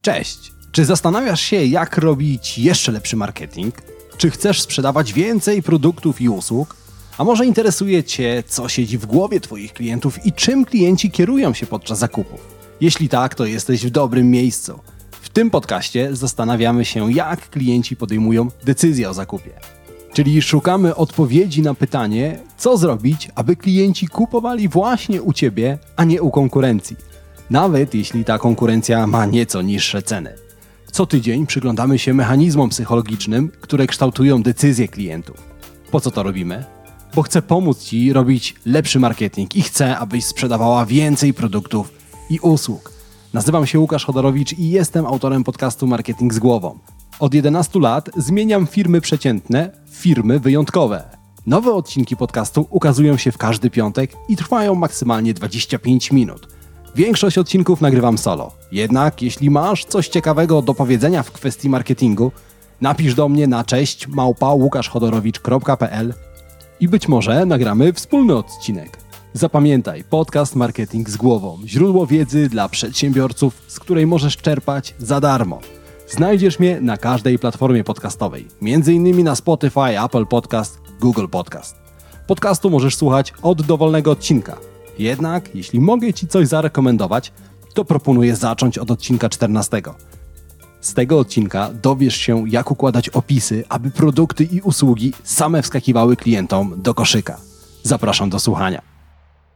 Cześć! Czy zastanawiasz się, jak robić jeszcze lepszy marketing? Czy chcesz sprzedawać więcej produktów i usług? A może interesuje Cię, co siedzi w głowie Twoich klientów i czym klienci kierują się podczas zakupów? Jeśli tak, to jesteś w dobrym miejscu. W tym podcaście zastanawiamy się, jak klienci podejmują decyzję o zakupie. Czyli szukamy odpowiedzi na pytanie, co zrobić, aby klienci kupowali właśnie u Ciebie, a nie u konkurencji. Nawet jeśli ta konkurencja ma nieco niższe ceny. Co tydzień przyglądamy się mechanizmom psychologicznym, które kształtują decyzje klientów. Po co to robimy? Bo chcę pomóc Ci robić lepszy marketing i chcę, abyś sprzedawała więcej produktów i usług. Nazywam się Łukasz Chodorowicz i jestem autorem podcastu Marketing z Głową. Od 11 lat zmieniam firmy przeciętne w firmy wyjątkowe. Nowe odcinki podcastu ukazują się w każdy piątek i trwają maksymalnie 25 minut. Większość odcinków nagrywam solo. Jednak jeśli masz coś ciekawego do powiedzenia w kwestii marketingu, napisz do mnie na cześć@łukaszchodorowicz.pl i być może nagramy wspólny odcinek. Zapamiętaj, podcast Marketing z Głową. Źródło wiedzy dla przedsiębiorców, z której możesz czerpać za darmo. Znajdziesz mnie na każdej platformie podcastowej, m.in. na Spotify, Apple Podcast, Google Podcast. Podcastu możesz słuchać od dowolnego odcinka. Jednak, jeśli mogę Ci coś zarekomendować, to proponuję zacząć od odcinka 14. Z tego odcinka dowiesz się, jak układać opisy, aby produkty i usługi same wskakiwały klientom do koszyka. Zapraszam do słuchania.